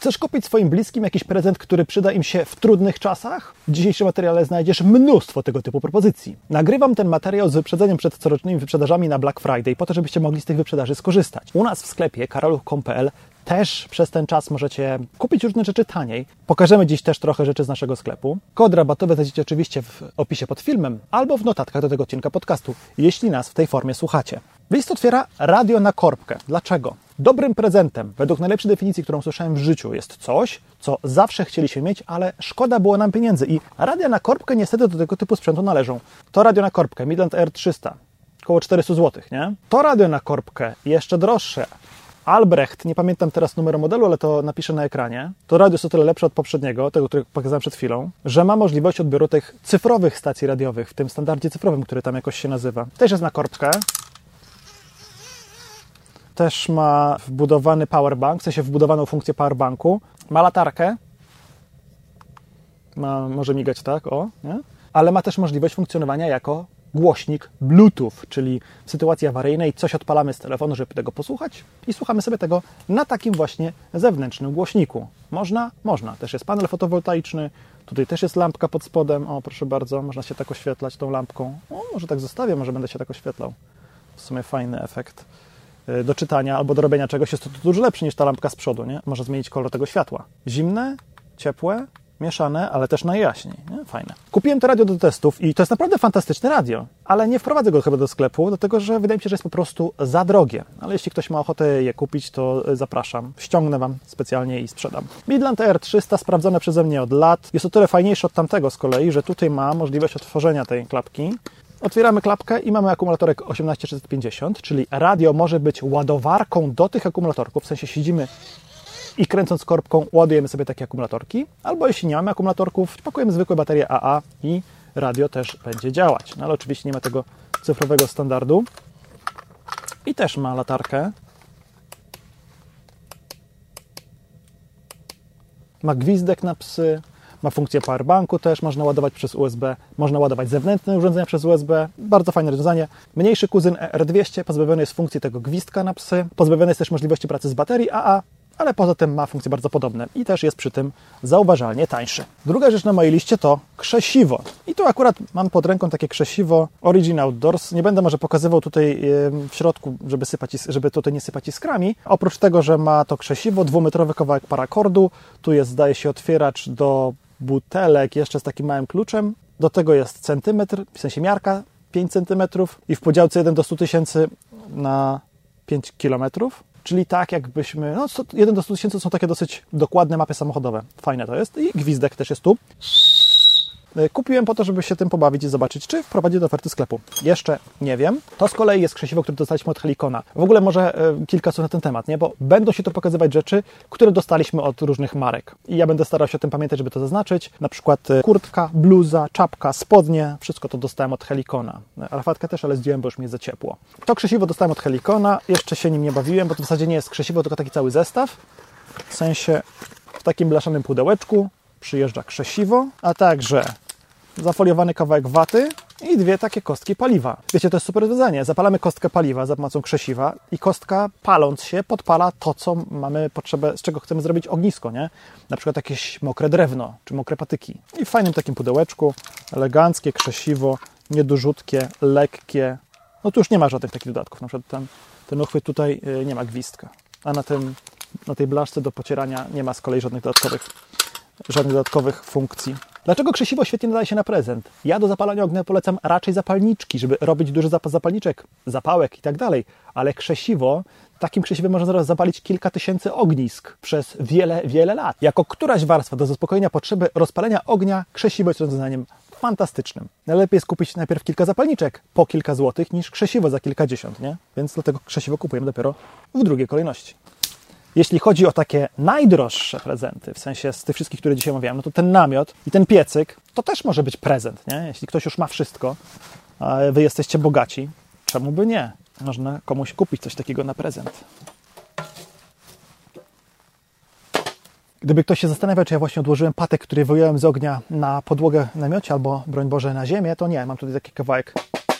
Chcesz kupić swoim bliskim jakiś prezent, który przyda im się w trudnych czasach? W dzisiejszym materiale znajdziesz mnóstwo tego typu propozycji. Nagrywam ten materiał z wyprzedzeniem przed corocznymi wyprzedażami na Black Friday, po to, żebyście mogli z tych wyprzedaży skorzystać. U nas w sklepie karoluch.pl też przez ten czas możecie kupić różne rzeczy taniej. Pokażemy dziś też trochę rzeczy z naszego sklepu. Kod rabatowy znajdziecie oczywiście w opisie pod filmem albo w notatkach do tego odcinka podcastu, jeśli nas w tej formie słuchacie. List otwiera radio na korbkę. Dlaczego? Dobrym prezentem, według najlepszej definicji, którą słyszałem w życiu, jest coś, co zawsze chcieliśmy mieć, ale szkoda było nam pieniędzy. I radia na korbkę niestety do tego typu sprzętu należą. To radio na korbkę, Midland R300, około 400 zł, nie? To radio na korbkę, jeszcze droższe, Albrecht, nie pamiętam teraz numeru modelu, ale to napiszę na ekranie. To radio jest o tyle lepsze od poprzedniego, tego, który pokazałem przed chwilą, że ma możliwość odbioru tych cyfrowych stacji radiowych, w tym standardzie cyfrowym, który tam jakoś się nazywa. Też jest na korbkę. Też ma wbudowany powerbank, w sensie wbudowaną funkcję powerbanku. Ma latarkę. Może migać tak, o, nie? Ale ma też możliwość funkcjonowania jako głośnik Bluetooth, czyli w sytuacji awaryjnej coś odpalamy z telefonu, żeby tego posłuchać i słuchamy sobie tego na takim właśnie zewnętrznym głośniku. Można? Można. Też jest panel fotowoltaiczny, tutaj też jest lampka pod spodem. O, proszę bardzo, można się tak oświetlać tą lampką. O, może tak zostawię, może będę się tak oświetlał. W sumie fajny efekt. Do czytania albo do robienia czegoś jest to dużo lepszy niż ta lampka z przodu, nie? Można zmienić kolor tego światła. Zimne, ciepłe, mieszane, ale też najjaśniej. Nie? Fajne. Kupiłem to radio do testów i to jest naprawdę fantastyczne radio, ale nie wprowadzę go chyba do sklepu, dlatego że wydaje mi się, że jest po prostu za drogie. Ale jeśli ktoś ma ochotę je kupić, to zapraszam. Ściągnę Wam specjalnie i sprzedam. Midland R300 sprawdzone przeze mnie od lat. Jest o tyle fajniejszy od tamtego z kolei, że tutaj ma możliwość otworzenia tej klapki. Otwieramy klapkę i mamy akumulatorek 18650, czyli radio może być ładowarką do tych akumulatorków, w sensie siedzimy i kręcąc korbką ładujemy sobie takie akumulatorki, albo jeśli nie mamy akumulatorków, pakujemy zwykłe baterie AA i radio też będzie działać. No ale oczywiście nie ma tego cyfrowego standardu. I też ma latarkę. Ma gwizdek na psy. Ma funkcję powerbanku też, można ładować przez USB, można ładować zewnętrzne urządzenia przez USB. Bardzo fajne rozwiązanie. Mniejszy kuzyn R200 pozbawiony jest funkcji tego gwizdka na psy, pozbawiony jest też możliwości pracy z baterii AA, ale poza tym ma funkcje bardzo podobne i też jest przy tym zauważalnie tańszy. Druga rzecz na mojej liście to krzesiwo. I tu akurat mam pod ręką takie krzesiwo Origin Outdoors. Nie będę może pokazywał tutaj w środku, żeby tutaj nie sypać iskrami. Oprócz tego, że ma to krzesiwo, 2-metrowy kawałek parakordu. Tu jest, zdaje się, otwieracz do butelek jeszcze z takim małym kluczem. Do tego jest centymetr, w sensie miarka 5 cm i w podziałce 1 do 100 000 na 5 km. Czyli tak jakbyśmy, 1 do 100 000 są takie dosyć dokładne mapy samochodowe. Fajne to jest. I gwizdek też jest tu. Kupiłem po to, żeby się tym pobawić i zobaczyć, czy wprowadzić do oferty sklepu. Jeszcze nie wiem. To z kolei jest krzesiwo, które dostaliśmy od Helicona. W ogóle może kilka słów na ten temat, nie? Bo będą się tu pokazywać rzeczy, które dostaliśmy od różnych marek. I ja będę starał się o tym pamiętać, żeby to zaznaczyć. Na przykład kurtka, bluza, czapka, spodnie. Wszystko to dostałem od Helicona. Rafatkę też, ale zdjąłem, bo już mi jest za ciepło. To krzesiwo dostałem od Helicona. Jeszcze się nim nie bawiłem, bo to w zasadzie nie jest krzesiwo, tylko taki cały zestaw. W sensie w takim blaszanym pudełeczku przyjeżdża krzesiwo, a także zafoliowany kawałek waty i 2 takie kostki paliwa. Wiecie, to jest super rozwiązanie. Zapalamy kostkę paliwa za pomocą krzesiwa i kostka, paląc się, podpala to, co mamy potrzebę, z czego chcemy zrobić ognisko, nie? Na przykład jakieś mokre drewno, czy mokre patyki. I w fajnym takim pudełeczku, eleganckie krzesiwo, niedużutkie, lekkie. No tu już nie ma żadnych takich dodatków. Na przykład ten uchwyt tutaj nie ma gwizdka. A na tej blaszce do pocierania nie ma z kolei żadnych dodatkowych funkcji. Dlaczego krzesiwo świetnie nadaje się na prezent? Ja do zapalania ognia polecam raczej zapalniczki, żeby robić duży zapas zapalniczek, zapałek i tak dalej. Ale krzesiwo, takim krzesiwem można zaraz zapalić kilka tysięcy ognisk przez wiele, wiele lat. Jako któraś warstwa do zaspokojenia potrzeby rozpalenia ognia, krzesiwo jest rozwiązaniem fantastycznym. Najlepiej jest kupić najpierw kilka zapalniczek po kilka złotych niż krzesiwo za kilkadziesiąt, nie? Więc dlatego krzesiwo kupujemy dopiero w drugiej kolejności. Jeśli chodzi o takie najdroższe prezenty, w sensie z tych wszystkich, które dzisiaj omawiałem, no to ten namiot i ten piecyk, to też może być prezent, nie? Jeśli ktoś już ma wszystko, a wy jesteście bogaci, czemu by nie? Można komuś kupić coś takiego na prezent. Gdyby ktoś się zastanawiał, czy ja właśnie odłożyłem patek, który wyjąłem z ognia na podłogę w namiocie albo, broń Boże, na ziemię, to nie. Mam tutaj taki kawałek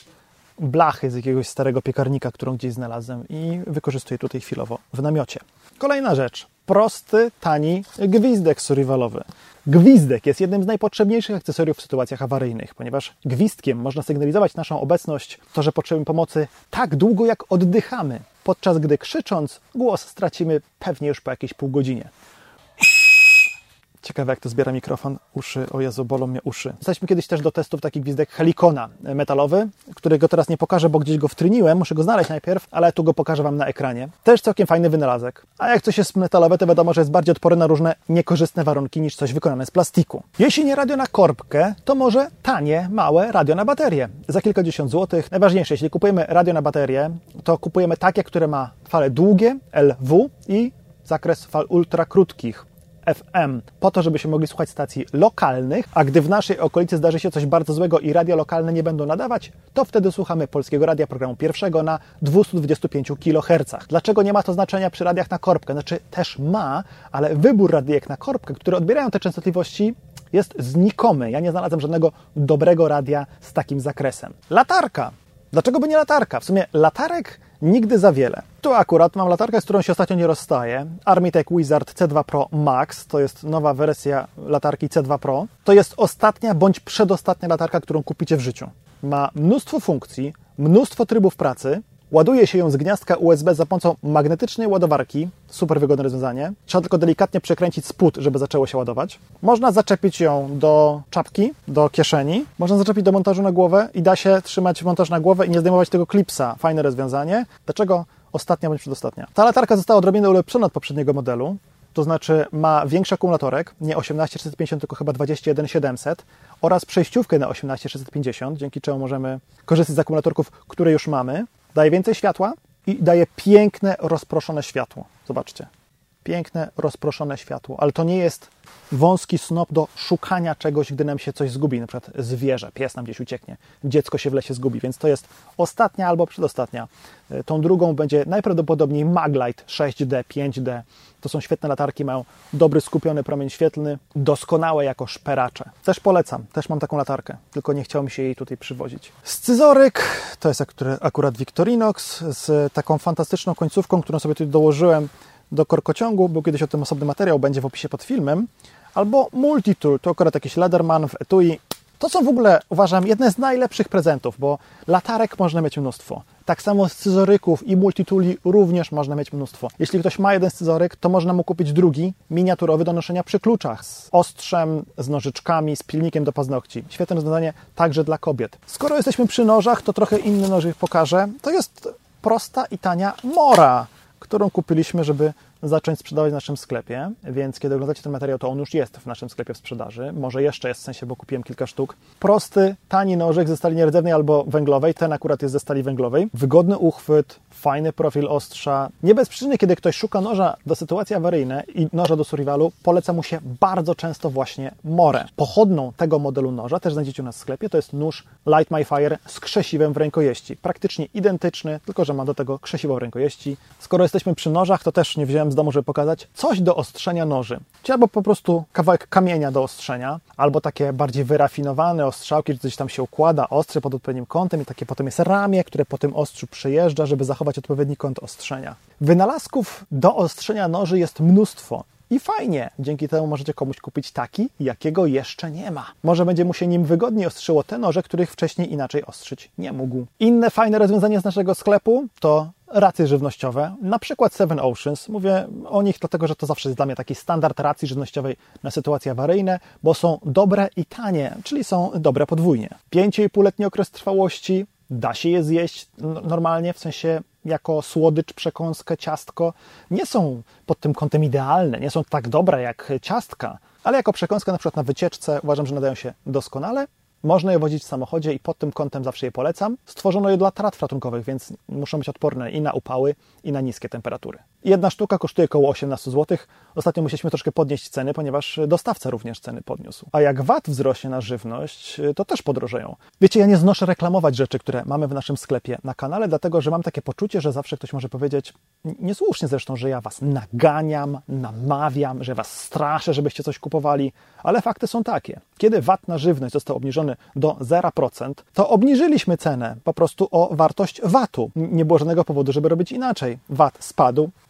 blachy z jakiegoś starego piekarnika, którą gdzieś znalazłem i wykorzystuję tutaj chwilowo w namiocie. Kolejna rzecz. Prosty, tani gwizdek survivalowy. Gwizdek jest jednym z najpotrzebniejszych akcesoriów w sytuacjach awaryjnych, ponieważ gwizdkiem można sygnalizować naszą obecność, to, że potrzebujemy pomocy tak długo, jak oddychamy, podczas gdy krzycząc głos stracimy pewnie już po jakiejś pół godzinie. Ciekawe, jak to zbiera mikrofon. Uszy, o Jezu, bolą mnie uszy. Dostaliśmy kiedyś też do testów taki gwizdek Helicona metalowy, którego teraz nie pokażę, bo gdzieś go wtryniłem. Muszę go znaleźć najpierw, ale tu go pokażę Wam na ekranie. Też całkiem fajny wynalazek. A jak coś jest metalowe, to wiadomo, że jest bardziej odporny na różne niekorzystne warunki niż coś wykonane z plastiku. Jeśli nie radio na korbkę, to może tanie, małe radio na baterię. Za kilkadziesiąt złotych. Najważniejsze, jeśli kupujemy radio na baterię, to kupujemy takie, które ma fale długie, LW i zakres fal ultra krótkich, FM, po to, żebyśmy mogli słuchać stacji lokalnych, a gdy w naszej okolicy zdarzy się coś bardzo złego i radia lokalne nie będą nadawać, to wtedy słuchamy Polskiego Radia Programu Pierwszego na 225 kHz. Dlaczego nie ma to znaczenia przy radiach na korbkę? Znaczy też ma, ale wybór radiek na korbkę, które odbierają te częstotliwości, jest znikomy. Ja nie znalazłem żadnego dobrego radia z takim zakresem. Latarka. Dlaczego by nie latarka? W sumie latarek nigdy za wiele. Tu akurat mam latarkę, z którą się ostatnio nie rozstaję. Armitech Wizard C2 Pro Max, to jest nowa wersja latarki C2 Pro. To jest ostatnia bądź przedostatnia latarka, którą kupicie w życiu. Ma mnóstwo funkcji, mnóstwo trybów pracy. Ładuje się ją z gniazdka USB za pomocą magnetycznej ładowarki. Super wygodne rozwiązanie. Trzeba tylko delikatnie przekręcić spód, żeby zaczęło się ładować. Można zaczepić ją do czapki, do kieszeni. Można zaczepić do montażu na głowę i da się trzymać montaż na głowę i nie zdejmować tego klipsa. Fajne rozwiązanie. Dlaczego ostatnia bądź przedostatnia? Ta latarka została odrobinę ulepszona od poprzedniego modelu. To znaczy ma większy akumulatorek, nie 18650, tylko chyba 21700 oraz przejściówkę na 18650, dzięki czemu możemy korzystać z akumulatorków, które już mamy. Daje więcej światła i daje piękne, rozproszone światło. Zobaczcie. Piękne, rozproszone światło. Ale to nie jest wąski snop do szukania czegoś, gdy nam się coś zgubi. Na przykład zwierzę, pies nam gdzieś ucieknie, dziecko się w lesie zgubi. Więc to jest ostatnia albo przedostatnia. Tą drugą będzie najprawdopodobniej Maglite 6D, 5D. To są świetne latarki, mają dobry, skupiony promień świetlny, doskonałe jako szperacze. Też polecam, też mam taką latarkę, tylko nie chciało mi się jej tutaj przywozić. Scyzoryk, to jest akurat Victorinox z taką fantastyczną końcówką, którą sobie tutaj dołożyłem do korkociągu. Był kiedyś o tym osobny materiał, będzie w opisie pod filmem. Albo Multitool, to akurat jakiś Leatherman w etui. To są w ogóle, uważam, jedne z najlepszych prezentów, bo latarek można mieć mnóstwo. Tak samo scyzoryków i multitooli również można mieć mnóstwo. Jeśli ktoś ma jeden scyzoryk, to można mu kupić drugi, miniaturowy do noszenia przy kluczach, z ostrzem, z nożyczkami, z pilnikiem do paznokci. Świetne rozwiązanie także dla kobiet. Skoro jesteśmy przy nożach, to trochę inny nożyk pokażę. To jest prosta i tania Mora, którą kupiliśmy, żeby zacząć sprzedawać w naszym sklepie, więc kiedy oglądacie ten materiał, to on już jest w naszym sklepie w sprzedaży. Może jeszcze jest, w sensie, bo kupiłem kilka sztuk. Prosty, tani nożyk ze stali nierdzewnej albo węglowej. Ten akurat jest ze stali węglowej. Wygodny uchwyt, fajny profil ostrza. Nie bez przyczyny, kiedy ktoś szuka noża do sytuacji awaryjnej i noża do survivalu, poleca mu się bardzo często właśnie Morę. Pochodną tego modelu noża, też znajdziecie u nas w sklepie, to jest nóż Light My Fire z krzesiwem w rękojeści. Praktycznie identyczny, tylko że ma do tego krzesiwo w rękojeści. Skoro jesteśmy przy nożach, to też nie wziąłem z domu, żeby pokazać coś do ostrzenia noży. Czyli albo po prostu kawałek kamienia do ostrzenia, albo takie bardziej wyrafinowane ostrzałki, że coś tam się układa ostry pod odpowiednim kątem i takie potem jest ramię, które po tym ostrzu przejeżdża, żeby zachować odpowiedni kąt ostrzenia. Wynalazków do ostrzenia noży jest mnóstwo. I fajnie, dzięki temu możecie komuś kupić taki, jakiego jeszcze nie ma. Może będzie mu się nim wygodniej ostrzyło te noże, których wcześniej inaczej ostrzyć nie mógł. Inne fajne rozwiązanie z naszego sklepu to racje żywnościowe, na przykład Seven Oceans. Mówię o nich dlatego, że to zawsze jest dla mnie taki standard racji żywnościowej na sytuacje awaryjne, bo są dobre i tanie, czyli są dobre podwójnie. 5,5-letni okres trwałości, da się je zjeść normalnie, w sensie jako słodycz, przekąskę, ciastko. Nie są pod tym kątem idealne, nie są tak dobre jak ciastka, ale jako przekąska na przykład na wycieczce uważam, że nadają się doskonale. Można je wozić w samochodzie i pod tym kątem zawsze je polecam. Stworzono je dla tratw ratunkowych, więc muszą być odporne i na upały, i na niskie temperatury. Jedna sztuka kosztuje około 18 zł. Ostatnio musieliśmy troszkę podnieść ceny, ponieważ dostawca również ceny podniósł. A jak VAT wzrośnie na żywność, to też podrożeją. Wiecie, ja nie znoszę reklamować rzeczy, które mamy w naszym sklepie na kanale, dlatego że mam takie poczucie, że zawsze ktoś może powiedzieć, niesłusznie zresztą, że ja was naganiam, namawiam, że was straszę, żebyście coś kupowali, ale fakty są takie. Kiedy VAT na żywność został obniżony do 0%, to obniżyliśmy cenę po prostu o wartość VAT-u. Nie było żadnego powodu, żeby robić inaczej. VAT spadł,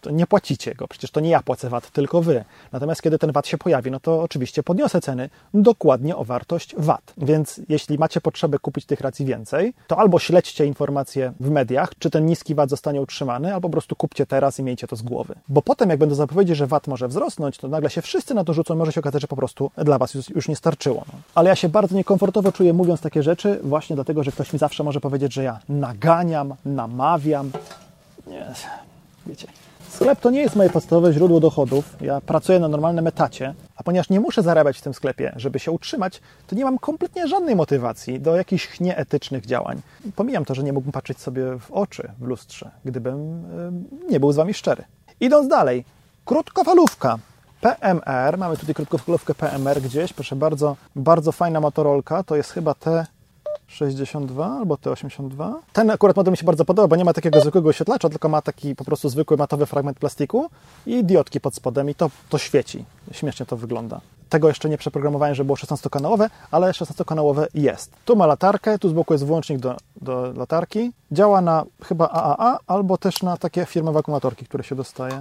To nie płacicie go, przecież to nie ja płacę VAT, tylko wy. Natomiast kiedy ten VAT się pojawi, no to oczywiście podniosę ceny dokładnie o wartość VAT. Więc jeśli macie potrzebę kupić tych racji więcej, to albo śledźcie informacje w mediach, czy ten niski VAT zostanie utrzymany, albo po prostu kupcie teraz i miejcie to z głowy. Bo potem, jak będą zapowiedzi, że VAT może wzrosnąć, to nagle się wszyscy na to rzucą, może się okazać, że po prostu dla was już nie starczyło. No. Ale ja się bardzo niekomfortowo czuję mówiąc takie rzeczy, właśnie dlatego, że ktoś mi zawsze może powiedzieć, że ja naganiam, namawiam. Nie, wiecie. Sklep to nie jest moje podstawowe źródło dochodów. Ja pracuję na normalnym etacie, a ponieważ nie muszę zarabiać w tym sklepie, żeby się utrzymać, to nie mam kompletnie żadnej motywacji do jakichś nieetycznych działań. Pomijam to, że nie mógłbym patrzeć sobie w oczy w lustrze, gdybym nie był z wami szczery. Idąc dalej, krótkofalówka. PMR, mamy tutaj krótkofalówkę PMR gdzieś, proszę bardzo, bardzo fajna motorolka, to jest chyba T62 albo T82. Ten akurat model mi się bardzo podoba, bo nie ma takiego zwykłego oświetlacza, tylko ma taki po prostu zwykły matowy fragment plastiku i diodki pod spodem i to świeci. Śmiesznie to wygląda. Tego jeszcze nie przeprogramowałem, żeby było 16-kanałowe, ale 16-kanałowe jest. Tu ma latarkę, tu z boku jest włącznik do latarki. Działa na chyba AAA albo też na takie firmowe akumulatorki, które się dostaje.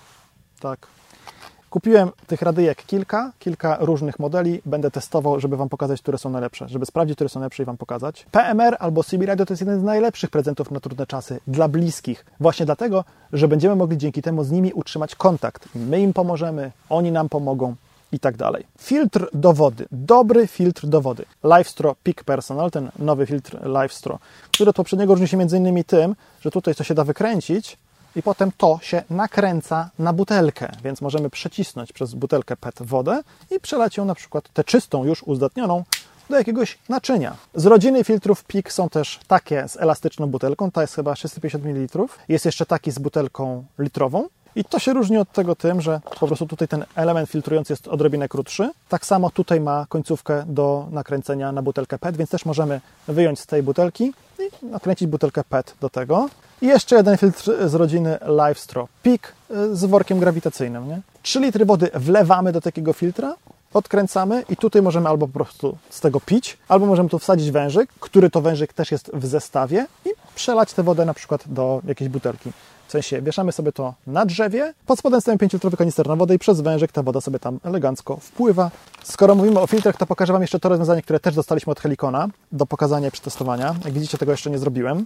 Tak. Kupiłem tych radyjek kilka różnych modeli. Będę testował, żeby wam pokazać, które są najlepsze. Żeby sprawdzić, które są lepsze i wam pokazać. PMR albo CB Radio to jest jeden z najlepszych prezentów na trudne czasy dla bliskich. Właśnie dlatego, że będziemy mogli dzięki temu z nimi utrzymać kontakt. My im pomożemy, oni nam pomogą i tak dalej. Filtr do wody. Dobry filtr do wody. LiveStro Peak Personal, ten nowy filtr LiveStro, który od poprzedniego różni się m.in. tym, że tutaj to się da wykręcić, i potem to się nakręca na butelkę, więc możemy przecisnąć przez butelkę PET wodę i przelać ją na przykład tę czystą, już uzdatnioną, do jakiegoś naczynia. Z rodziny filtrów PIK są też takie z elastyczną butelką, ta jest chyba 650 ml. Jest jeszcze taki z butelką litrową i to się różni od tego tym, że po prostu tutaj ten element filtrujący jest odrobinę krótszy. Tak samo tutaj ma końcówkę do nakręcenia na butelkę PET, więc też możemy wyjąć z tej butelki i nakręcić butelkę PET do tego. I jeszcze jeden filtr z rodziny LiveStro Peak z workiem grawitacyjnym. Nie? 3 litry wody wlewamy do takiego filtra, odkręcamy i tutaj możemy albo po prostu z tego pić, albo możemy tu wsadzić wężyk, który to wężyk też jest w zestawie i przelać tę wodę na przykład do jakiejś butelki. W sensie wieszamy sobie to na drzewie, pod spodem stawimy 5-litrowy kanister na wodę i przez wężyk ta woda sobie tam elegancko wpływa. Skoro mówimy o filtrach, to pokażę wam jeszcze to rozwiązanie, które też dostaliśmy od Helicona do pokazania i przetestowania. Jak widzicie, tego jeszcze nie zrobiłem.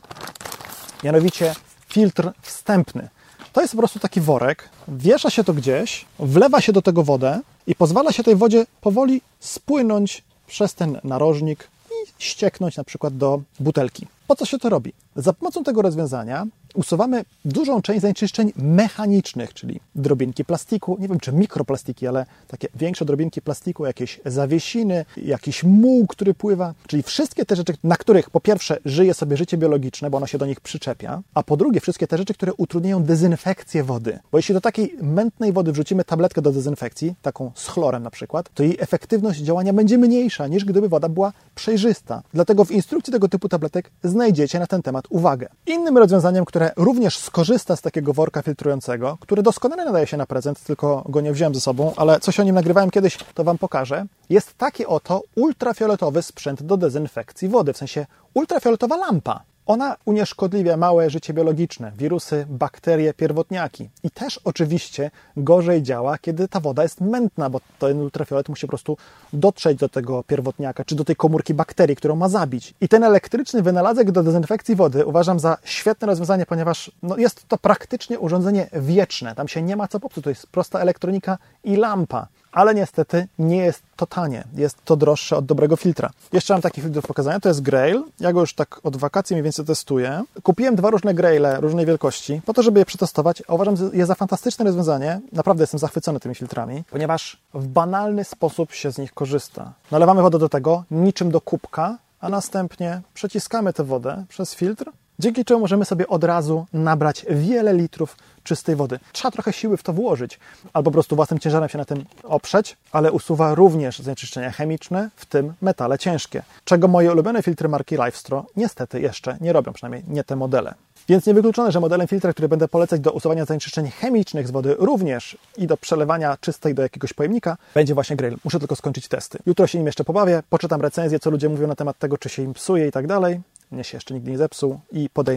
Mianowicie filtr wstępny. To jest po prostu taki worek, wiesza się to gdzieś, wlewa się do tego wodę i pozwala się tej wodzie powoli spłynąć przez ten narożnik i ścieknąć na przykład do butelki. Po co się to robi? Za pomocą tego rozwiązania usuwamy dużą część zanieczyszczeń mechanicznych, czyli drobinki plastiku, nie wiem czy mikroplastiki, ale takie większe drobinki plastiku, jakieś zawiesiny, jakiś muł, który pływa, czyli wszystkie te rzeczy, na których po pierwsze żyje sobie życie biologiczne, bo ono się do nich przyczepia, a po drugie wszystkie te rzeczy, które utrudniają dezynfekcję wody. Bo jeśli do takiej mętnej wody wrzucimy tabletkę do dezynfekcji, taką z chlorem na przykład, to jej efektywność działania będzie mniejsza niż gdyby woda była przejrzysta. Dlatego w instrukcji tego typu tabletek znajdziecie na ten temat uwagę. Innym rozwiązaniem, które również skorzysta z takiego worka filtrującego, który doskonale nadaje się na prezent, tylko go nie wziąłem ze sobą, ale coś o nim nagrywałem kiedyś, to wam pokażę, jest taki oto ultrafioletowy sprzęt do dezynfekcji wody, w sensie ultrafioletowa lampa. Ona unieszkodliwia małe życie biologiczne, wirusy, bakterie, pierwotniaki. I też oczywiście gorzej działa, kiedy ta woda jest mętna, bo ten ultrafiolet musi po prostu dotrzeć do tego pierwotniaka, czy do tej komórki bakterii, którą ma zabić. I ten elektryczny wynalazek do dezynfekcji wody uważam za świetne rozwiązanie, ponieważ jest to praktycznie urządzenie wieczne. Tam się nie ma co popsuć, to jest prosta elektronika i lampa. Ale niestety nie jest to tanie. Jest to droższe od dobrego filtra. Jeszcze mam taki filtr do pokazania, to jest Grail. Ja go już tak od wakacji mniej więcej testuję. Kupiłem 2 różne Graile różnej wielkości, po to, żeby je przetestować, a uważam je za fantastyczne rozwiązanie. Naprawdę jestem zachwycony tymi filtrami, ponieważ w banalny sposób się z nich korzysta. Nalewamy wodę do tego, niczym do kubka, a następnie przeciskamy tę wodę przez filtr, dzięki czemu możemy sobie od razu nabrać wiele litrów czystej wody. Trzeba trochę siły w to włożyć, albo po prostu własnym ciężarem się na tym oprzeć, ale usuwa również zanieczyszczenia chemiczne, w tym metale ciężkie, czego moje ulubione filtry marki LiveStro niestety jeszcze nie robią, przynajmniej nie te modele. Więc niewykluczone, że modelem filtra, który będę polecać do usuwania zanieczyszczeń chemicznych z wody również i do przelewania czystej do jakiegoś pojemnika, będzie właśnie Grail. Muszę tylko skończyć testy. Jutro się nim jeszcze pobawię, poczytam recenzję, co ludzie mówią na temat tego, czy się im psuje i tak dalej. Mnie się jeszcze nigdy nie zepsuł i podejmę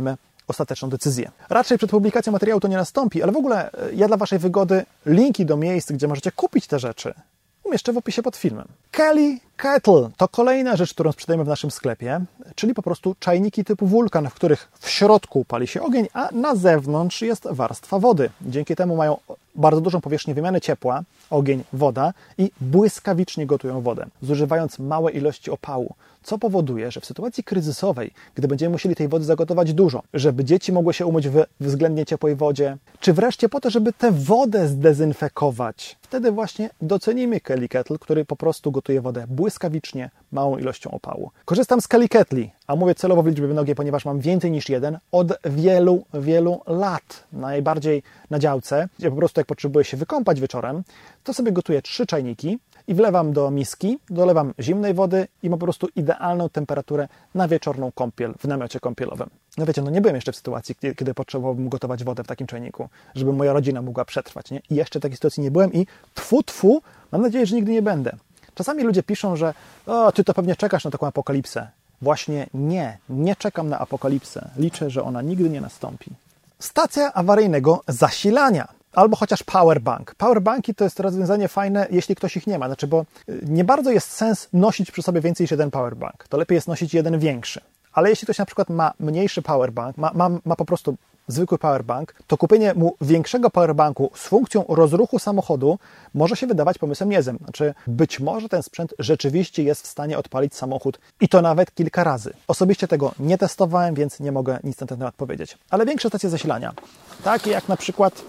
ostateczną decyzję. Raczej przed publikacją materiału to nie nastąpi, ale w ogóle ja dla Waszej wygody linki do miejsc, gdzie możecie kupić te rzeczy, umieszczę w opisie pod filmem. Kelly Kettle to kolejna rzecz, którą sprzedajemy w naszym sklepie, czyli po prostu czajniki typu wulkan, w których w środku pali się ogień, a na zewnątrz jest warstwa wody. Dzięki temu mają bardzo dużą powierzchnię wymiany ciepła, ogień, woda i błyskawicznie gotują wodę, zużywając małe ilości opału, co powoduje, że w sytuacji kryzysowej, gdy będziemy musieli tej wody zagotować dużo, żeby dzieci mogły się umyć w względnie ciepłej wodzie, czy wreszcie po to, żeby tę wodę zdezynfekować, wtedy właśnie docenimy Kelly Kettle, który po prostu gotuje wodę błyskawicznie, małą ilością opału. Korzystam z Kelly Kettli, a mówię celowo w liczbie mnogiej, ponieważ mam więcej niż jeden, od wielu, wielu lat. Najbardziej na działce, gdzie po prostu jak potrzebuję się wykąpać wieczorem, to sobie gotuję 3 czajniki i wlewam do miski, dolewam zimnej wody i mam po prostu idealną temperaturę na wieczorną kąpiel w namiocie kąpielowym. No wiecie, nie byłem jeszcze w sytuacji, kiedy potrzebowałbym gotować wodę w takim czajniku, żeby moja rodzina mogła przetrwać, nie? I jeszcze takiej sytuacji nie byłem i tfu, mam nadzieję, że nigdy nie będę. Czasami ludzie piszą, że ty to pewnie czekasz na taką apokalipsę. Właśnie nie czekam na apokalipsę. Liczę, że ona nigdy nie nastąpi. Stacja awaryjnego zasilania. Albo chociaż powerbank. Powerbanki to jest rozwiązanie fajne, jeśli ktoś ich nie ma. Bo nie bardzo jest sens nosić przy sobie więcej niż jeden powerbank. To lepiej jest nosić jeden większy. Ale jeśli ktoś na przykład ma mniejszy powerbank, ma po prostu zwykły powerbank, to kupienie mu większego powerbanku z funkcją rozruchu samochodu może się wydawać pomysłem niezłym. Być może ten sprzęt rzeczywiście jest w stanie odpalić samochód i to nawet kilka razy. Osobiście tego nie testowałem, więc nie mogę nic na ten temat powiedzieć. Ale większe stacje zasilania, takie jak na przykład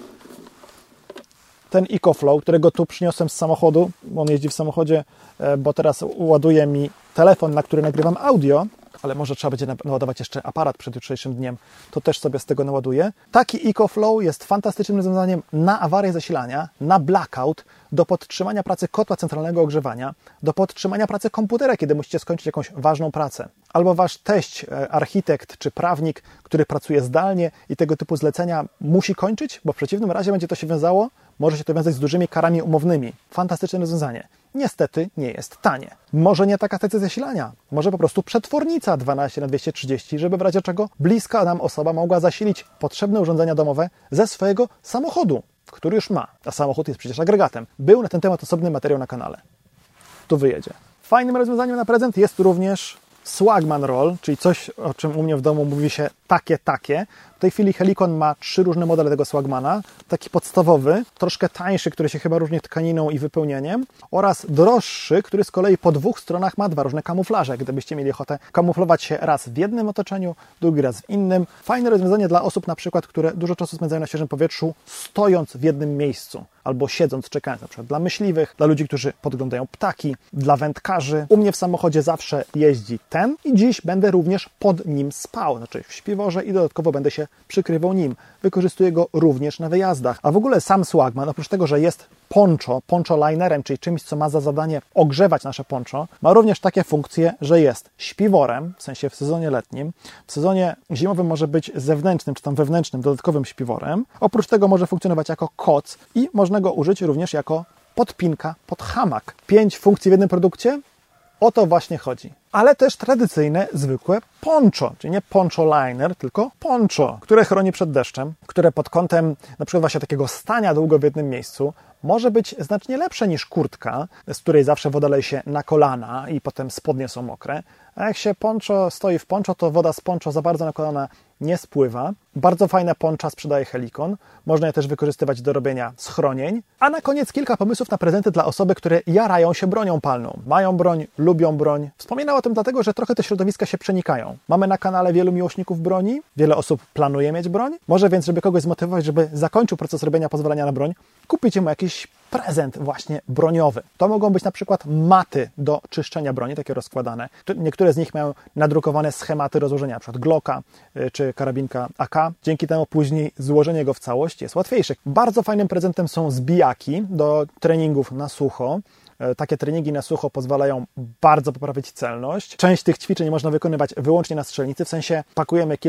ten EcoFlow, którego tu przyniosłem z samochodu, on jeździ w samochodzie, bo teraz ładuje mi telefon, na który nagrywam audio, ale może trzeba będzie naładować jeszcze aparat przed jutrzejszym dniem, to też sobie z tego naładuję. Taki EcoFlow jest fantastycznym rozwiązaniem na awarię zasilania, na blackout, do podtrzymania pracy kotła centralnego ogrzewania, do podtrzymania pracy komputera, kiedy musicie skończyć jakąś ważną pracę. Albo wasz teść, architekt czy prawnik, który pracuje zdalnie i tego typu zlecenia musi kończyć, bo w przeciwnym razie będzie to się wiązało, może się to wiązać z dużymi karami umownymi. Fantastyczne rozwiązanie. Niestety nie jest tanie. Może nie taka stacja zasilania, może po prostu przetwornica 12x230, żeby w razie czego bliska nam osoba mogła zasilić potrzebne urządzenia domowe ze swojego samochodu, który już ma, a samochód jest przecież agregatem. Był na ten temat osobny materiał na kanale. Tu wyjedzie. Fajnym rozwiązaniem na prezent jest również Swagman Roll, czyli coś, o czym u mnie w domu mówi się takie. W tej chwili Helicon ma 3 różne modele tego Swagmana. Taki podstawowy, troszkę tańszy, który się chyba różni tkaniną i wypełnieniem, oraz droższy, który z kolei po 2 stronach ma 2 różne kamuflaże, gdybyście mieli ochotę kamuflować się raz w jednym otoczeniu, drugi raz w innym. Fajne rozwiązanie dla osób na przykład, które dużo czasu spędzają na świeżym powietrzu, stojąc w jednym miejscu albo siedząc, czekając, na przykład dla myśliwych, dla ludzi, którzy podglądają ptaki, dla wędkarzy. U mnie w samochodzie zawsze jeździ ten i dziś będę również pod nim spał, w śpiworze i dodatkowo będę się przykrywał nim. Wykorzystuję go również na wyjazdach. A w ogóle sam Swagman, oprócz tego, że jest poncho linerem, czyli czymś, co ma za zadanie ogrzewać nasze poncho, ma również takie funkcje, że jest śpiworem, w sensie w sezonie letnim, w sezonie zimowym może być zewnętrznym, czy tam wewnętrznym, dodatkowym śpiworem. Oprócz tego może funkcjonować jako koc i można go użyć również jako podpinka pod hamak. 5 funkcji w jednym produkcie? O to właśnie chodzi. Ale też tradycyjne, zwykłe poncho, czyli nie poncho liner, tylko poncho, które chroni przed deszczem, które pod kątem na przykład właśnie takiego stania długo w jednym miejscu może być znacznie lepsze niż kurtka, z której zawsze woda leje się na kolana i potem spodnie są mokre. A jak się poncho stoi w poncho, to woda z poncho za bardzo na kolana nie spływa. Bardzo fajne poncha sprzedaje Helicon. Można je też wykorzystywać do robienia schronień. A na koniec kilka pomysłów na prezenty dla osoby, które jarają się bronią palną. Mają broń, lubią broń. Wspominam o tym dlatego, że trochę te środowiska się przenikają. Mamy na kanale wielu miłośników broni. Wiele osób planuje mieć broń. Może więc, żeby kogoś zmotywować, żeby zakończył proces robienia pozwolenia na broń, kupicie mu jakiś prezent właśnie broniowy. To mogą być na przykład maty do czyszczenia broni, takie rozkładane. Niektóre z nich mają nadrukowane schematy rozłożenia, na przykład Glocka czy karabinka AK. Dzięki temu później złożenie go w całość jest łatwiejsze. Bardzo fajnym prezentem są zbijaki do treningów na sucho. Takie treningi na sucho pozwalają bardzo poprawić celność. Część tych ćwiczeń można wykonywać wyłącznie na strzelnicy, w sensie pakujemy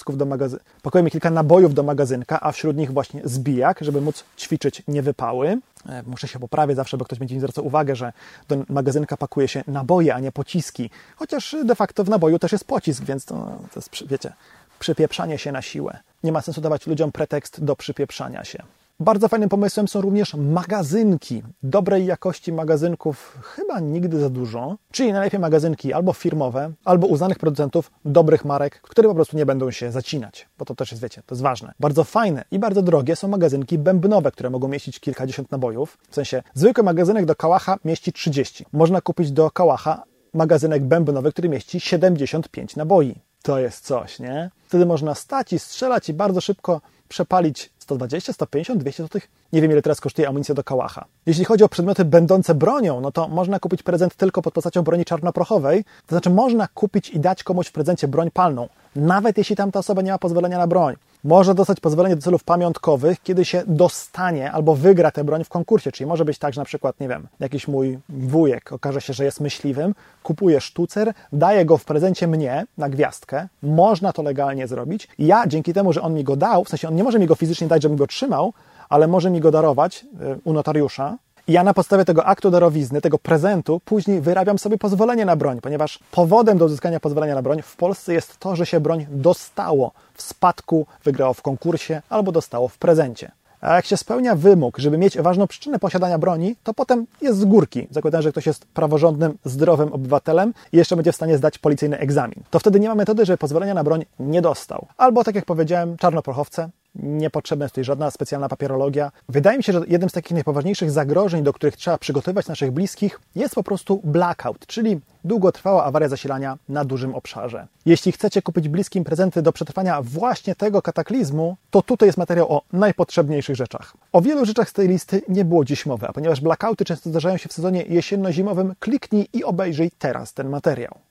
kilka nabojów do magazynka, a wśród nich właśnie zbijak, żeby móc ćwiczyć niewypały. Muszę się poprawić zawsze, bo ktoś będzie mi zwracał uwagę, że do magazynka pakuje się naboje, a nie pociski. Chociaż de facto w naboju też jest pocisk, więc to jest, wiecie, Przypieprzanie się na siłę. Nie ma sensu dawać ludziom pretekst do przypieprzania się. Bardzo fajnym pomysłem są również magazynki. Dobrej jakości magazynków chyba nigdy za dużo, czyli najlepiej magazynki albo firmowe, albo uznanych producentów dobrych marek, które po prostu nie będą się zacinać, bo to też jest, wiecie, to jest ważne. Bardzo fajne i bardzo drogie są magazynki bębnowe, które mogą mieścić kilkadziesiąt nabojów. W sensie zwykły magazynek do kałacha mieści 30. Można kupić do kałacha magazynek bębnowy, który mieści 75 naboi. To jest coś, nie? Wtedy można stać i strzelać i bardzo szybko przepalić 120, 150, 200 zł. Nie wiem, ile teraz kosztuje amunicja do kałacha. Jeśli chodzi o przedmioty będące bronią, no to można kupić prezent tylko pod postacią broni czarnoprochowej. To znaczy można kupić i dać komuś w prezencie broń palną, nawet jeśli tamta osoba nie ma pozwolenia na broń. Może dostać pozwolenie do celów pamiątkowych, kiedy się dostanie albo wygra tę broń w konkursie. Czyli może być tak, że na przykład, nie wiem, jakiś mój wujek okaże się, że jest myśliwym, kupuje sztucer, daje go w prezencie mnie na gwiazdkę. Można to legalnie zrobić. Ja dzięki temu, że on mi go dał, w sensie on nie może mi go fizycznie dać, żebym go trzymał, ale może mi go darować u notariusza. I ja na podstawie tego aktu darowizny, tego prezentu, później wyrabiam sobie pozwolenie na broń, ponieważ powodem do uzyskania pozwolenia na broń w Polsce jest to, że się broń dostało w spadku, wygrało w konkursie albo dostało w prezencie. A jak się spełnia wymóg, żeby mieć ważną przyczynę posiadania broni, to potem jest z górki. Zakładam, że ktoś jest praworządnym, zdrowym obywatelem i jeszcze będzie w stanie zdać policyjny egzamin. To wtedy nie ma metody, że pozwolenia na broń nie dostał. Albo, tak jak powiedziałem, czarnoprochowce. Niepotrzebna jest tutaj żadna specjalna papierologia. Wydaje mi się, że jednym z takich najpoważniejszych zagrożeń, do których trzeba przygotowywać naszych bliskich, jest po prostu blackout, czyli długotrwała awaria zasilania na dużym obszarze. Jeśli chcecie kupić bliskim prezenty do przetrwania właśnie tego kataklizmu, to tutaj jest materiał o najpotrzebniejszych rzeczach. O wielu rzeczach z tej listy nie było dziś mowy, a ponieważ blackouty często zdarzają się w sezonie jesienno-zimowym, kliknij i obejrzyj teraz ten materiał.